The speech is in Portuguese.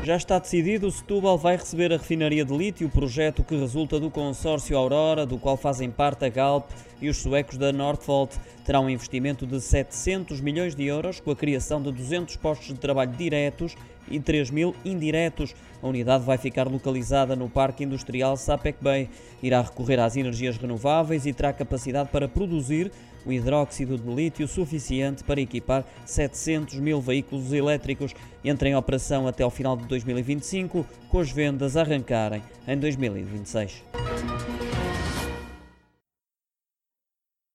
Já está decidido, Setúbal vai receber a refinaria de lítio, projeto que resulta do consórcio Aurora, do qual fazem parte a Galp e os suecos da Northvolt. Terá um investimento de 700 milhões de euros, com a criação de 200 postos de trabalho diretos e 3.000 indiretos. A unidade vai ficar localizada no Parque Industrial Sapec Bay. Irá recorrer às energias renováveis e terá capacidade para produzir o hidróxido de lítio suficiente para equipar 700 mil veículos elétricos. Entra em operação até ao final de 2025, com as vendas a arrancarem em 2026.